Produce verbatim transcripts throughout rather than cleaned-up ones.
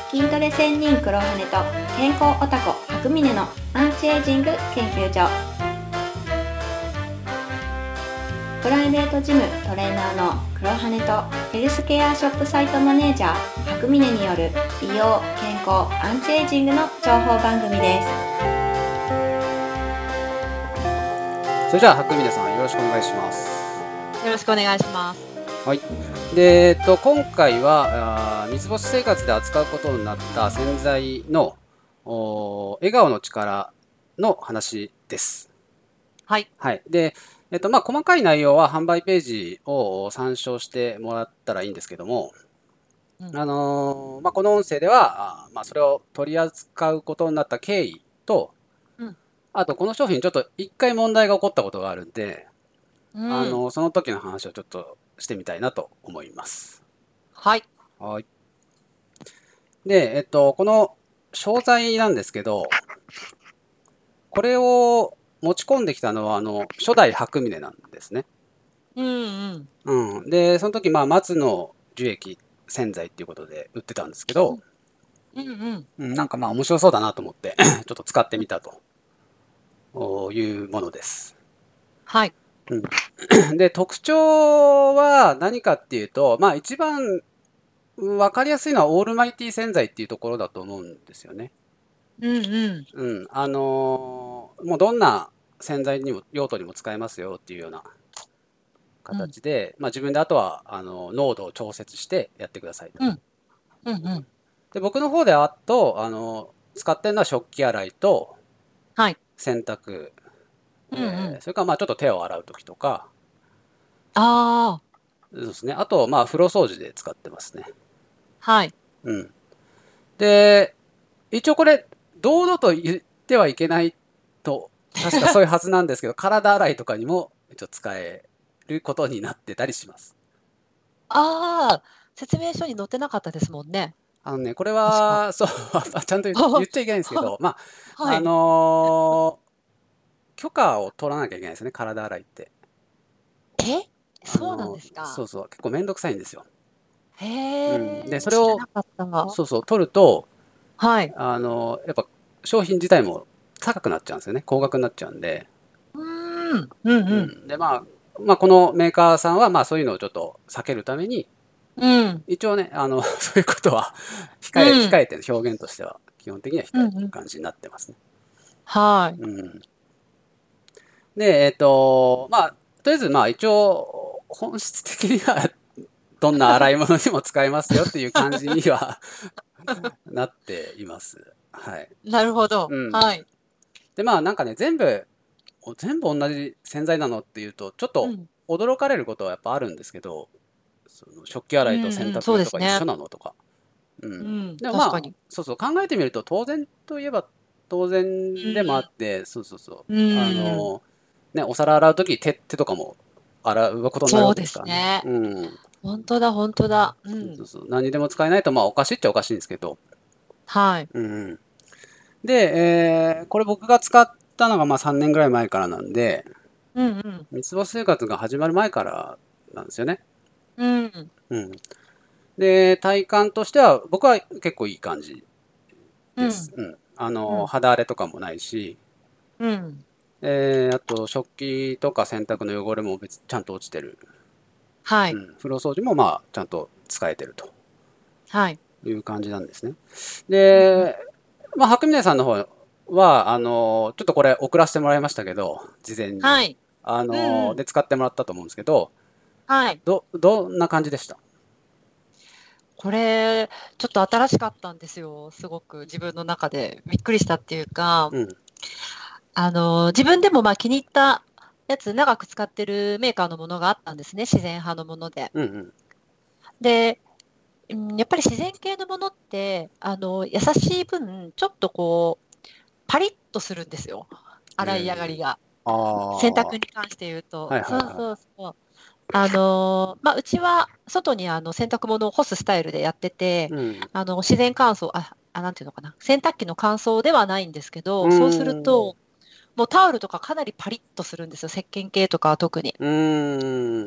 筋トレ専任黒羽と健康オタコ白峰のアンチエイジング研究所。プライベートジムトレーナーの黒羽とヘルスケアショップサイトマネージャー白峰による美容健康アンチエイジングの情報番組です。 それじゃあ白峰さんよろしくお願いします。 よろしくお願いします。 はい。で、えっと、今回はあ三つ星生活で扱うことになった洗剤の笑顔の力の話です。 はい。 はい。で、えっと、まあ、細かい内容は販売ページを参照してもらったらいいんですけども、うん、あのー、まあ、この音声では、あまあ、それを取り扱うことになった経緯と、うん、あと、この商品ちょっと一回問題が起こったことがあるんで、うん、あのー、その時の話をちょっとしてみたいなと思います。 はい。 はい。で、えっと、この商材なんですけど、これを持ち込んできたのは、あの、初代白峰なんですね。 うんうん。 うん。で、その時、まあ、松の樹液洗剤っていうことで売ってたんですけど、 うんうんうん、なんかまあ面白そうだなと思ってちょっと使ってみたというものです。 はい。 うん、で、特徴は何かっていうと、まあ一番分かりやすいのはオールマイティ洗剤っていうところだと思うんですよね。 うんうん。 うん。あのー、もうどんな洗剤にも用途にも使えますよっていうような形で、うん、まあ自分であとはあの濃度を調節してやってくださいと。 うんうんうん。 で、僕の方であと、あの、使ってるのは食器洗いと、 はい。 洗濯、 うんうん、 えー、それからまあちょっと手を洗うときとか、 ああ。 そうですね。あと、まあ風呂掃除で使ってますね。 はい。 うん。で、一応これ、堂々と言ってはいけないと、確かそういうはずなんですけど、体洗いとかにも一応使えることになってたりします。 ああ、説明書に載ってなかったですもんね。 あのね、これは、そう、ちゃんと言っちゃいけないんですけど、まあ、 はい、 あのー、許可を取らなきゃいけないですね、体洗いって。 えあそうなんのですか。 そうそう、結構めんどくさいんですよ。 へうん、で、 え、 それを、 知らなかったわ。 そうそう、取ると、 はい。 あのやっぱ商品自体も高くなっちゃうんですよね。高額になっちゃうんで。 うーん。うんうん。 うん、で、まあ、まあ、このメーカーさんは、まあ、そういうのをちょっと避けるために、 うん。 一応ね、あの、そういうことは控え、 うん。 控えてる表現としては、基本的には控えてるうんうん。 感じになってますね。 はい。 うん。で、えっと、まあ、とりあえず、まあ、一応、本質的には、どんな洗い物にも使えますよっていう感じにはなっています。はい。 なるほど。 うん。 はい。 で、まあ、なんかね、全部、全部同じ洗剤なのっていうと、ちょっとうん。 驚かれることはやっぱあるんですけど、その食器う洗いと洗んうん、そう濯とか一緒ですね。 なのとか。うん。 うん、 でもまあ、 確かに。 そうそう、考えてみると当然といえば当然でもあって、そうそうそう。 うん。 あうん。 の、ね、お皿洗うとき手、手とかも洗うことになるわけそうでですからね。 すね。 うん。 ほんとだほんとだ。うん。 そうそう。何にでも使えないと、まあおかしいっちゃおかしいんですけど。 はい。 うん。で、えーこれ僕が使ったのがまあさんねんぐらい前からなんで、 うんうん。 三つ星生活が始まる前からなんですよね。 うん。 うん。で、体感としては僕は結構いい感じです。 うん。 うん。あの、 うん。 肌荒れとかもないし、 うん。 えー、あと食器とか洗濯の汚れも別ちゃんと落ちてる。 はい。 うん。風呂掃除もまあちゃんと使えてるとはい。 いう感じなんですね。 うんうん。 で、まあ白峰さんの方は、あの、ちょっとこれ送らせてもらいましたけど、事前に。 はい。 あの、 うんうん。 で使ってもらったと思うんですけど、 はい。 ど、どんな感じでした？ これ、ちょっと新しかったんですよ。すごく自分の中でびっくりしたっていうか、 うん。 あの、自分でもまあ気に入ったやつ、長く使ってるメーカーのものがあったんですね。自然派のもので。 うんうん。 で、うん、やっぱり自然系のものって、あの、優しい分、ちょっとこう、パリッとするんですよ。洗い上がりえが。 ー、ああ、 洗濯に関して言うと。 はいはいそうはそうそう。あのーまあ、うちは外にあの洗濯物を干すスタイルでやってて、 い。うん。 あの、自然乾燥、あ、あ、なんていうのかな。洗濯機の乾燥ではないんですけうど、そうするーん。 と、もうタオルとかかなりパリッとするんですよ。石鹸系とかは特に。 うーん。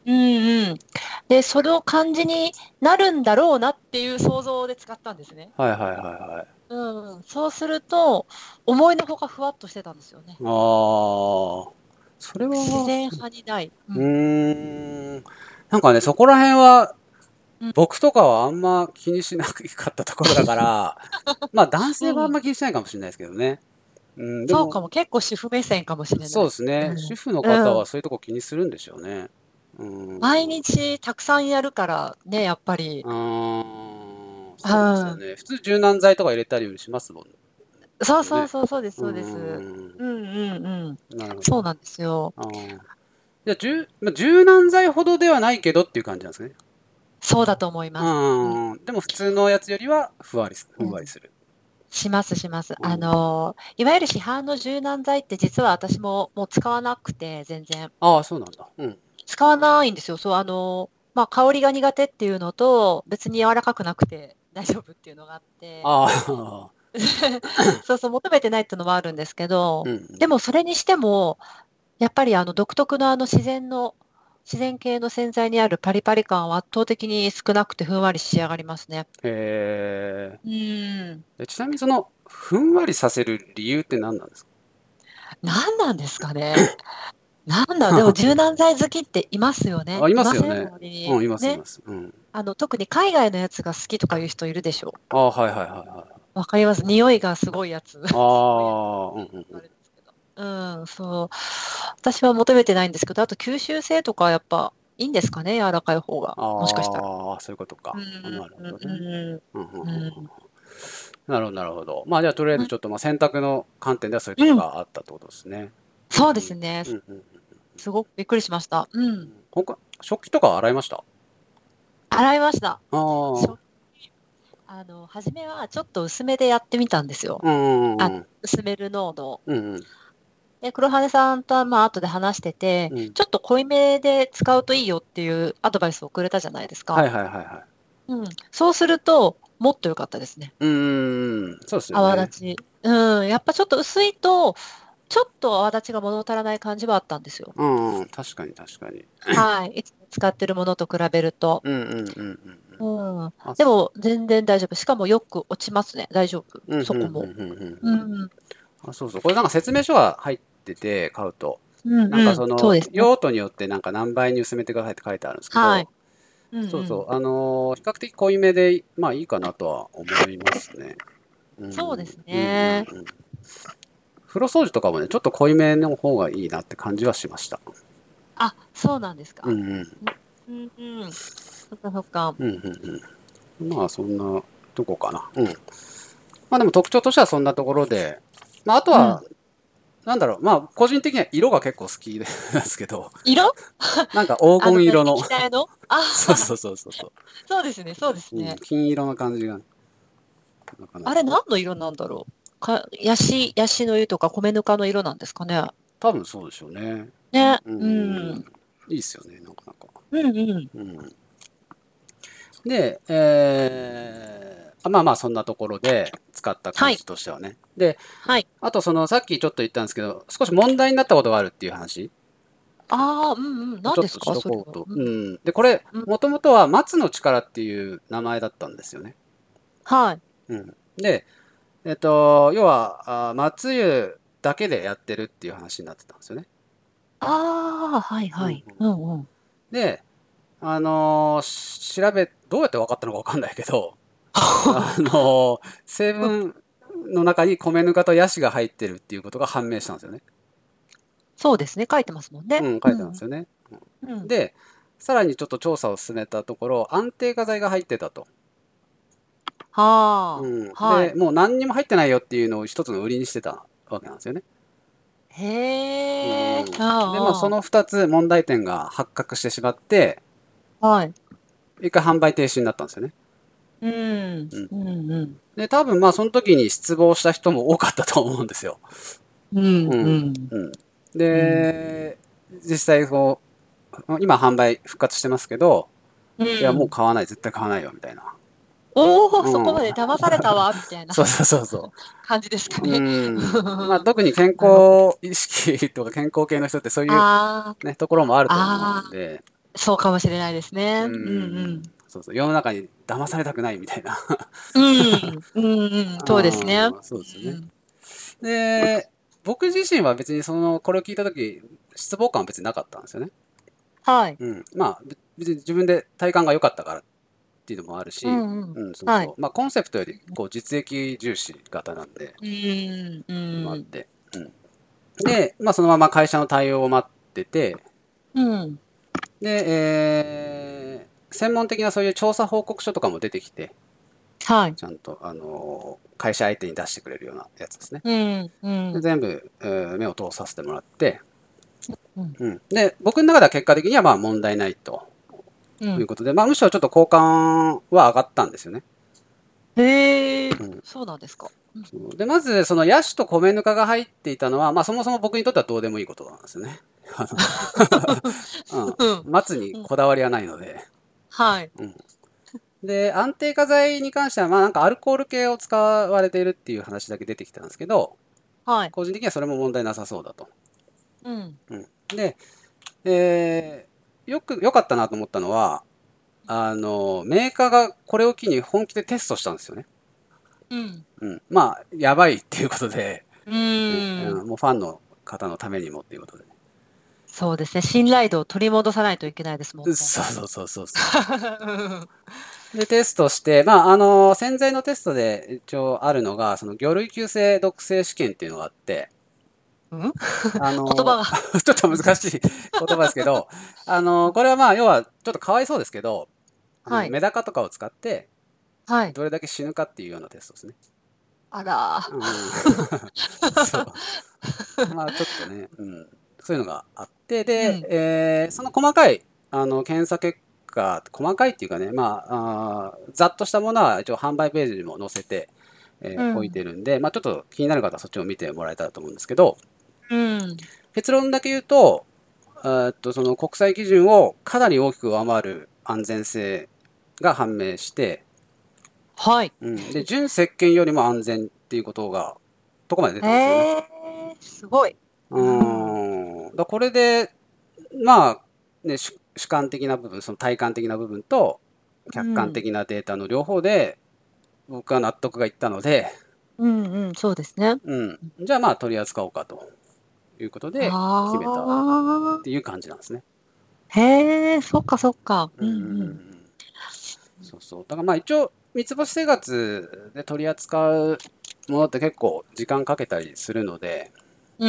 うんうん。で、その感じになるんだろうなっていう想像で使ったんですね。 はいはいはいはい。 うん。そうすると、思いのほかふわっとしてたんですよね。 ああ、それは、 自然そう派にない。ううん。 ーん。なんかね、そこら辺は、 うん。 僕とかはあんま気にしなかったところだから、まあ男性はあんうん。 ま気にしないかもしれないですけどね。うん、でも、 そうかも。結構主婦目線かもしれそうない。 ですね。主うん。 婦の方うん。 はそういうとこ気にするんでしょうね。うん。う毎日たくさんやるからね、やっぱり。 ーん、 うそうですよん。 ね。普通柔軟剤とか入れたりしますもんそうよね。 そうそうそうです、 うそうです。 ん。 うんうんうん。 なるほど。 そうなんですよ。 あーじゃあ、柔、まあ、柔軟剤ほどではないけどっていう感じなんですね。 そうだと思います。うん。 うん。でも普通のやつよりはふわりす、ふうん。 んわりする。 しますします。あうん。 の、いわゆる市販の柔軟剤って実は私ももう使わなくて、全然。 ああ、そうなんだ。うん。 使わないんですよ。そう、あの、まあ、香りが苦手っていうのと、別に柔らかくなくて大丈夫っていうのがあって、 ああ、 そうそう、求めてないっていうのもあるんですけど、 うんうん。 でもそれにしても、やっぱりあの独特のあの自然の、自然系の洗剤にあるパリパリ感は圧倒的に少なくてふんわり仕上がりますね。 へうーん。 え。ちなみにその、ふんわりさせる理由って何なんです何なんですかね。なんだ、でもか？ 柔軟剤好きっていますよね。 あ、いいませんますよね。 周りに。 うん、います、いね。 ます。うん。 あの、特に海外のやつが好きとかいう人いるでしょああ、はいはいはいはい。 う。わかります。匂いがすごいやつ。 あすごいやつ。 あ、うんうんうん。 あれですけど。うん、そう。私は求めてないんですけど、あと吸収性とかやっぱいいんですかね、柔らかい方が。もしかしたら。 ああ、そういうことか。 うん、 なるほうん、 どね。 うん、 うんうんうんうん。 うん。 なるほど、なるほど。まあ、じゃあ、とりあえずちょっと、まあ、選択の観点ではそういうところうん、 があったってことですね。うんそうですね。 うん。うんうん。 すごくびっくりしました。うん。 他、食器とかは洗いました？ 洗いました。 ああ、 食あの、初めはちょっと薄めでやってみたんですよ。 うんうあ、 んうん。 薄める濃度を。 うんうん。 で、黒羽さんとはまあ後で話してて、 うん。 ちょっと濃いめで使うといいよっていうアドバイスをくれたじゃないですか。 はいはいはいはい。 うん。そうすると、もっと良かったですね。 うーん、そうですよね。 泡立ち。うん。やっぱちょっと薄いと、ちょっと泡立ちが物足らない感じはあったんですよ。 うんうん、確かに確かに。 はい。いつも使ってるものと比べると。 うんうんうんうんうん。 うん。 あ、すでも、全然大丈夫。しかもよく落ちますね。大丈夫。 うんうんうんうんそこも。 うんうん。 うん。 あ、そうそう。これなんか説明書が入ってて買うと、なんかうんうん。 そのそうですね。 用途によってなんか何倍に薄めてくださいって書いてあるんですけど、 はい。うんうん。 そうそう、あのー比較的濃いめで、まあいいかなとは思いますね。うん、 そうですうんうんね。 うん。風呂掃除とかもね、ちょっと濃いめの方がいいなって感じはしました。 あ、そうなんですか。 うんうん。 うんうんうん。そっかそっか。 うんうんうん。まあそんなとこかな。うん。まあでも特徴としてはそんなところで、まああとうん。 は、なんだろう、まあ個人的には色が結構好きなんですけど、 色なんか黄あの、何金色の、 液体のそうそあうそうそうそそうですね、そうですう、うん、 ね。 金色の感じが、なかなか。 あれ何の色なんだろうか、ヤシ、ヤシの湯とか米ぬかの色なんですかね。 多分そうでしょうね。 ね。 ううん、 ん。 いいっすよね、なかなか。 うんうん。 うん。で、えー、あまあまあそんなところで使ったはい。 感じとしてはね。で、 はい。 あとそのさっきちょっと言ったんですけど、少し問題になったことがあるっていう話ああ、うんうん。 をちょっとし何ですかとこうと。 それは。うん。 うん。で、これ、 うん。 もともとは松の力っていう名前だったんですよね。 はい。 うん。で、えっと、要は、あ松湯だけでやってるっていう話になってたんですよね。 ああ、はいうんうん、 はい。うんうん。 で、あのー調べ、どうやって分かったのか分かんないけど、あのー成分の中に米ぬかとヤシが入ってるっていうことが判明したんですよね。 そうですね。書いてますもんね。 うん、書いてまうん。 すよね。 うん。 で、さらにちょっと調査を進めたところ、安定化剤が入ってたと。 はうん。 あ。はで、 い。 もう何にも入ってないよっていうのを一つの売りにしてたわけなんですよね。 へえ。 うん。で、まあそあの二つ問題点が発覚してしまって、 あ。はい。 一回販売停止になったんですよね。 うん。 うん。 うんうん。 で、多分まあその時に失望した人も多かったと思うんですよ。 うんううん。 ん。 うん。 うん。 で、実際こう、今販売復活してますけど、 ういやもうん。 買わない、絶対買わないよ、みたいな。 おお、そこうん。 まで騙されたわ、みたいなそうそうそうそ感じですかう。 ね。 うん。まあ特に健なるほど。 康意識とか健康系の人ってそういうあね、ところもあるあ、 と思うんあで、 そうかもしれないですね。 ううんうんん。そうそう。世の中に騙されたくないみたいな。 うん。うんうん、そうですね。 ああ、そうですよね。 うん。 で、僕自身は別にその、これを聞いたとき、失望感は別になかったんですよね。 はい。 うん。まあ、べ別に自分で体感が良かったからっていうのもあるし、 うんうん。 うん、そうはい。 そう。まあ、コンセプトより、こう、実益重視型なんで、 うん、うっていうのもあっん、 て。うん。で、まあ、そのまま会社の対応を待ってて、 うん。 で、えー専門的なそういう調査報告書とかも出てきて、 はい。 ちゃんと、あのー会社相手に出してくれるようなやつですね。 うん、うでん、 全部、えー目を通させてもらって、 うん、 うん。で、僕の中では結果的にはまあ問題ないとうん。 いうことで、まあむしろちょっと好感は上がったんですよね。 へえ、 うん。 そうなんですか。うん、 そうで、まずその野手と米ぬかが入っていたのは、まあそもそも僕にとってはどうでもいいことなんですよね。あの、 うん、 うん。松にうん。 こだわりはないので。 はい。 うん。で、安定化剤に関しては、まあなんかアルコール系を使われているっていう話だけ出てきたんですけど、 はい。 個人的にはそれも問題なさそうだと。 うん、 うん。で、えーよく、良かったなと思ったのは、あの、メーカーがこれを機に本気でテストしたんですよね。 うん。 うん。まあ、やばいっていうことで、 うね、 ーん。 うん、もうファンの方のためにもっていうことで。 そうですね。信頼度を取り戻さないといけないですもんね。 そうそうそうそうそう。で、テストして、まあ、あの、洗剤のテストで一応あるのが、その魚類急性毒性試験っていうのがあって、 うん、言あの、 葉が。 ちょっと難しい言葉ですけど、あの、これはまあ、要は、ちょっとかわいそうですけど、あの、 はい。 メダカとかを使って、 はい。 どれだけ死ぬかっていうようなテストですね。 あらうん。 ー。 そう。まあちょっとね、うん、そういうのがあって、で、 うん。 えーその細かいあの検査結果、細かいっていうかね、まあ、あーざっとしたものは一応販売ページにも載せて、えー置いうん。 てるんで、まあ、ちょっと気になる方はそっちを見てもらえたらと思うんですけど、 うん。 結論だけ言うと、えーっとその国際基準をかなり大きく上回る安全性が判明して、 はい。 うん、で純石鹸よりも安全っていうことがとこまで出へたんですよね。 え、すごい。 ううん。 ーん。だこれで、まあ、ね、主主観的な部分、その体感的な部分と、客観うん。 的なデータの両方で、僕は納得がいったので、 うんうん、そうですね。 うん。じゃあまあ取り扱おうかということで決めたっああ、 ていう感じなんですね。 へえ、そっかそっか。 うんうんうんううんうん。 ん。そうそう。だからまあ一応、三つ星生活で取り扱うものって結構時間かけたりするので、 うん。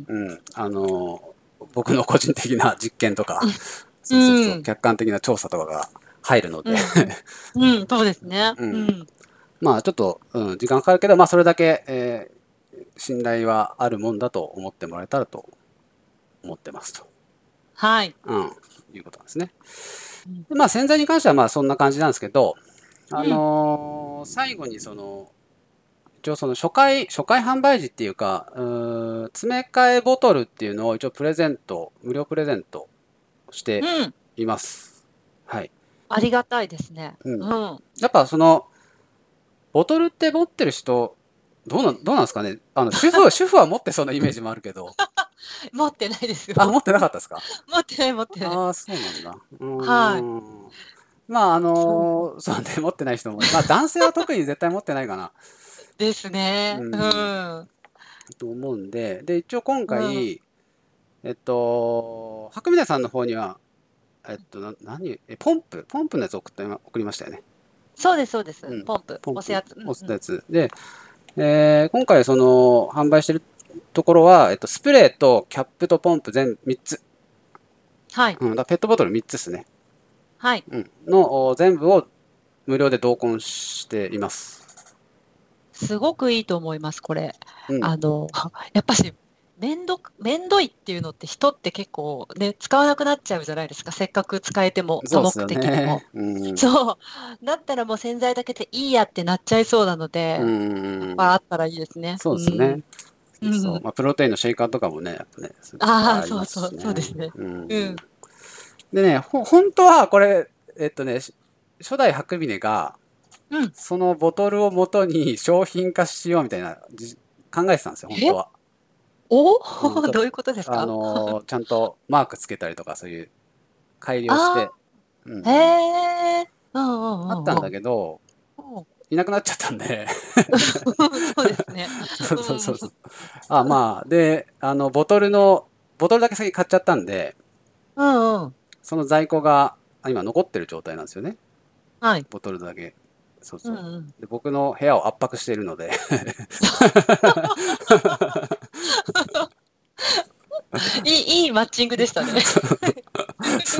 うん。あの、僕の個人的な実験とか、そうそうそう、 うん。 客観的な調査とかが入るので、 うんうん。うん、そうですね。 うん。 うん。 まあちょっと、うん、時間かかるけど、まあそれだけ、えー信頼はあるもんだと思ってもらえたらと思ってますと。 はい。 うん、いうことなんですね。 うん。 でまあ洗剤に関してはまあそんな感じなんですけど、あうん。 のー最後にその、一応その初回、初回販売時っていうか、うー詰め替えボトルっていうのを一応プレゼント、無料プレゼントしてうん。 います。はい。 ありがたいですね。 うん。 うん。 やっぱその、ボトルって持ってる人、どうなん、どうなんですかね。あの、主婦は、主婦は持ってそうなイメージもあるけど。 持ってないですあ、 よ。 持ってなかったですか？ 持ってない持ってない。 ああ、そうなんだ。うはい。 ーん。まあ、あそう。 のーそうね、持ってない人も、まあ、男性は特に絶対持ってないかな。 ですうね。うん。 ん。 と思うんで、で、一応今うん。 回、えっと、白峰さんの方には、えっと、な、何、え、ポンプ、ポンプのやつ送って、送りましたよね。 そうですそうです。 うん。 ポンプ、 ポンプ、 押すやつ。うんうん。 押すやつ。で、えー今回その、販売してるところは、えっと、スプレーとキャップとポンプ全みっつ。 はい。 うん、だからペットボトルみっつですね。 はい。 うん。の、お全部を無料で同梱しています。 すごくいいと思います、これ。 うん。 あの、やっぱし、めんどく、めんどいっていうのって人って結構ね、使わなくなっちゃうじゃないですか。せっかく使えても、多目そうですよ的にも。 ね。うん。 そう。だったらもう洗剤だけでいいやってなっちゃいそうなのうで、やっぱん。 あったらいいですね。 そううん。 ですね。そうそう。 うん。 まあ、プロテインのシェイカーとかもね、やっぱね、そういうところああ、 ありまそうそう、 すしね。 そうですね。 うん。 うん。 でね、ほ、本当はこれ、えっとね、し初代白峰が、 うん。 そのボトルを元に商品化しようみたいなじ考えてたんですよ、本え当は。 おうん、 お、 ちょっと、 どういうことですあか？ のーちゃんとマークつけたりとか、そういう改良して、うん、 へえ。うんうんうんうん。 あったんだけど、 うん。 いなくなっちゃったんでそうですね。 そうそううん。 そうそう。あ、まあ、で、あの、ボトルの、ボトルだけ先買っちゃったんで、 うんうん。 その在庫があ今残ってる状態なんですよね。 はい。 ボトルだけ。そううんそう。 うん。 で、僕の部屋を圧迫しているのでいいいいマッチングでしたね。 そう。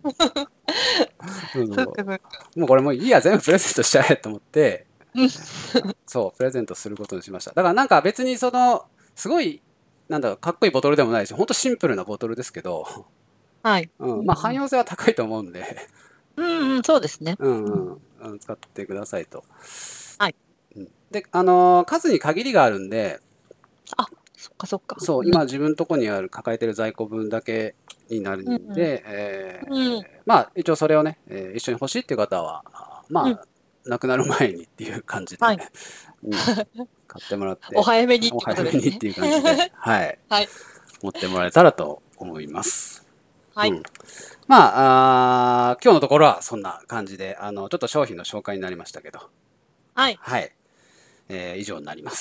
そうそそっかそっか。 う。もうこれもういいや、全部プレゼントしちゃえと思って、 うん。 そう、プレゼントすることにしました。だからなんか別にその、すごい、なんだろう、かっこいいボトルでもないし、ほんとシンプルなボトルですけど、 はい。 うん、まあ汎うんうん。 用性は高いと思うんで、 うんうん、そうですね。 うんうん。 うんうん、使ってくださいと。 はい。 うん、で、あのー数に限りがあるんで、 あ、そっかそっか。 そう、 うん。 今自分のとこにある抱えてる在庫分だけになるうんうん。 んで、えうん。 ーまあ一応それをね、えー一緒に欲しいっていう方は、 うん。 まあ、なくなる前にっていう感じで、 はい。 うん、買ってもらっおて、 早めにっていうこお早とですね。 めにっていう感じで、はい、 はい。 持ってもらえたらと思います。 はい。 うん。まあ、あー今日のところはそんな感じで、あの、ちょっと商品の紹介になりましたけど、 はい。 はい、えー以上になります。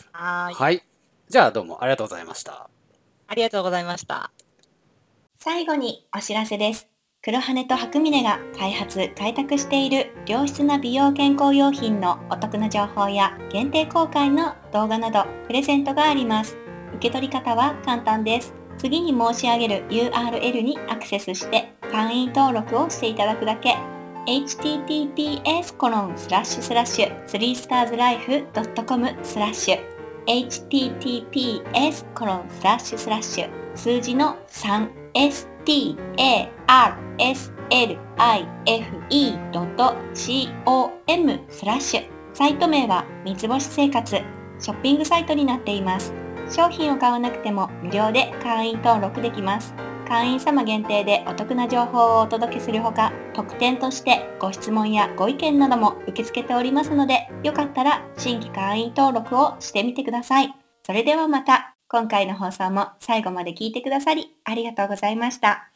はーい。 はい。じゃあどうもありがとうございました。 ありがとうございました。 最後にお知らせです。黒羽と白峰が開発・開拓している良質な美容健康用品のお得な情報や限定公開の動画などプレゼントがあります。受け取り方は簡単です。次に申し上げる ユーアールエル にアクセスして会員登録をしていただくだけ。エイチティーティーピーエスコロンスラッシュスラッシュスリースターズライフドットコムスラッシュ エイチティーティーピーエスコロンスラッシュスラッシュ数字の スリーエスティーエーアールエスエルアイエフイードットコム スラッシュサイト名は三つ星生活ショッピングサイトになっています。商品を買わなくても無料で会員登録できます。会員様限定でお得な情報をお届けするほか、特典としてご質問やご意見なども受け付けておりますので、よかったら新規会員登録をしてみてください。それではまた、今回の放送も最後まで聞いてくださりありがとうございました。